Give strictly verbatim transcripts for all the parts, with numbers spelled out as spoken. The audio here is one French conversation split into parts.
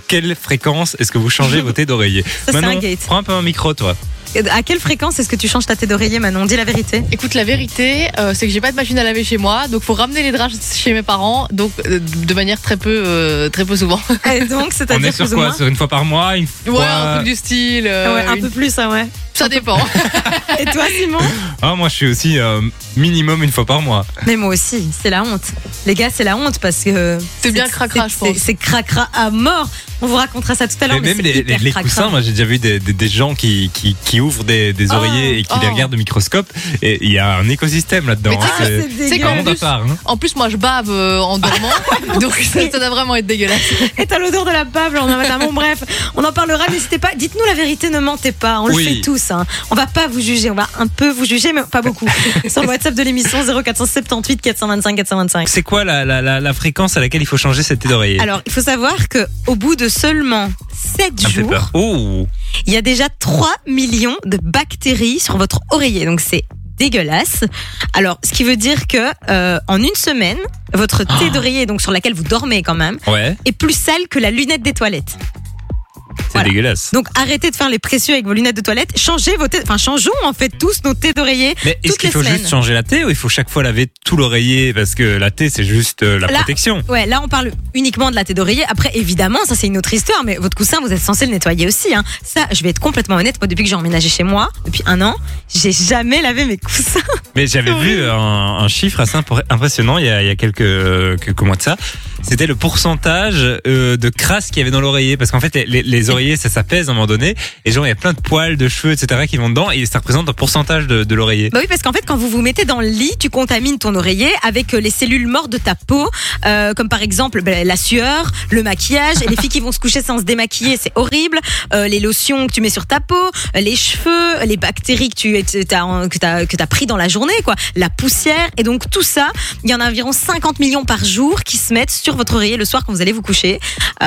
quelle fréquence est-ce que vous changez vos thés d'oreiller? Ça, Manon, c'est un gate. prends un peu un micro, toi. À quelle fréquence est-ce que tu changes ta thé d'oreiller, Manon? Dis la vérité. Écoute, la vérité, euh, c'est que j'ai pas de machine à laver chez moi, donc faut ramener les draps chez mes parents, donc euh, de manière très peu, euh, très peu souvent. Et donc, On c'est-à-dire est sur plus ou quoi? moins Sur une fois par mois, une fois... Ouais, un truc du style. euh, Ah ouais, un une- peu plus, ça, ouais. Ça dépend. Et toi, Simon? Ah, moi, je suis aussi euh, minimum une fois par mois. Mais moi aussi, c'est la honte. Les gars, c'est la honte parce que. C'est bien cracra, je c'est- pense. C'est cracra à mort. On vous racontera ça tout à l'heure. Mais Mais même c'est les, hyper les- les cracra. coussins, moi j'ai déjà vu des, des, des gens qui, qui, qui ouvrent des, des Oh, oreillers et qui les oh. regardent au microscope. Et il y a un écosystème là-dedans. Mais tu sais hein, que c'est c'est c'est dégueu. un monde à part. hein. En plus, moi, je bave euh, en dormant, donc ça, ça doit vraiment être dégueulasse. Et t'as l'odeur de la bave, là, on en a bon, bref, on en parlera, n'hésitez pas, dites-nous la vérité, ne mentez pas, on le Oui. fait tous, hein. On va pas vous juger, on va un peu vous juger, mais pas beaucoup. Sur le WhatsApp de l'émission zéro quatre sept huit quatre deux cinq quatre deux cinq. C'est quoi la, la, la, la fréquence à laquelle il faut changer cette thé d'oreiller? Alors, il faut savoir que au bout de seulement sept Ça me fait jours, peur. Oh, il y a déjà trois millions de bactéries sur votre oreiller, donc c'est dégueulasse. Alors, ce qui veut dire que euh, en une semaine, votre thé Oh. d'oreiller, donc sur laquelle vous dormez quand même, ouais, est plus sale que la lunette des toilettes. c'est Voilà. dégueulasse. Donc arrêtez de faire les précieux avec vos lunettes de toilette. Changez vos thés, enfin changeons en fait tous nos thés d'oreiller. Mais est-ce toutes qu'il les faut semaines. juste changer la thé ou il faut chaque fois laver tout l'oreiller? Parce que la thé c'est juste euh, la Là- protection. Ouais, là on parle uniquement de la thé d'oreiller. Après évidemment, ça c'est une autre histoire, mais votre coussin vous êtes censé le nettoyer aussi. Hein. Ça, je vais être complètement honnête. Moi, depuis que j'ai emménagé chez moi, depuis un an, j'ai jamais lavé mes coussins. Mais j'avais vu un, un chiffre assez impr- impressionnant il y a, il y a quelques, quelques mois de ça. C'était le pourcentage euh, de crasse qu'il y avait dans l'oreiller. Parce qu'en fait, les, les oreillers, ça s'apaise à un moment donné. Et genre, il y a plein de poils, de cheveux, et cetera qui vont dedans. Et ça représente un pourcentage de, de l'oreiller. Bah oui, parce qu'en fait, quand vous vous mettez dans le lit, tu contamines ton oreiller avec euh, les cellules mortes de ta peau, euh, comme par exemple bah, la sueur, le maquillage. Et les filles qui vont se coucher sans se démaquiller, c'est horrible. Euh, les lotions que tu mets sur ta peau, euh, les cheveux, les bactéries que tu as, que t'as, que t'as pris dans la journée, quoi. La poussière. Et donc tout ça, il y en a environ cinquante millions par jour qui se mettent sur votre oreiller le soir quand vous allez vous coucher.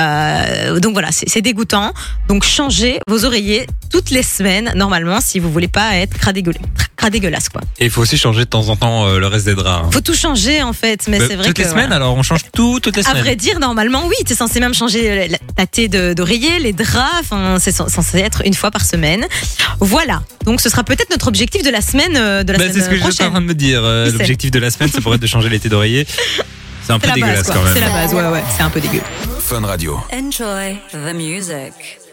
Euh, donc voilà, c'est, c'est dégoûtant. Donc changez vos oreillers toutes les semaines, normalement, si vous voulez pas être crade dégueulasse, crade dégueulasse, quoi. Et il faut aussi changer de temps en temps euh, le reste des draps. hein. Faut tout changer en fait, mais Bah, c'est vrai toutes que les semaines, voilà. alors on change tout toutes les À semaines. vrai dire, normalement, oui, t'es censé même changer la, ta thé de- d'oreiller, les draps, enfin, c'est cen- censé être une fois par semaine. Voilà. Donc, ce sera peut-être notre objectif de la semaine, euh, de la Bah, semaine c'est ce que j'étais en prochaine. train de me dire. euh, Qui sait L'objectif de la semaine, ça pourrait être de changer les thés d'oreiller. C'est un peu C'est la base, dégueulasse quoi. quand même. C'est la base, ouais, ouais. C'est un peu dégueu. Fun Radio. Enjoy the music.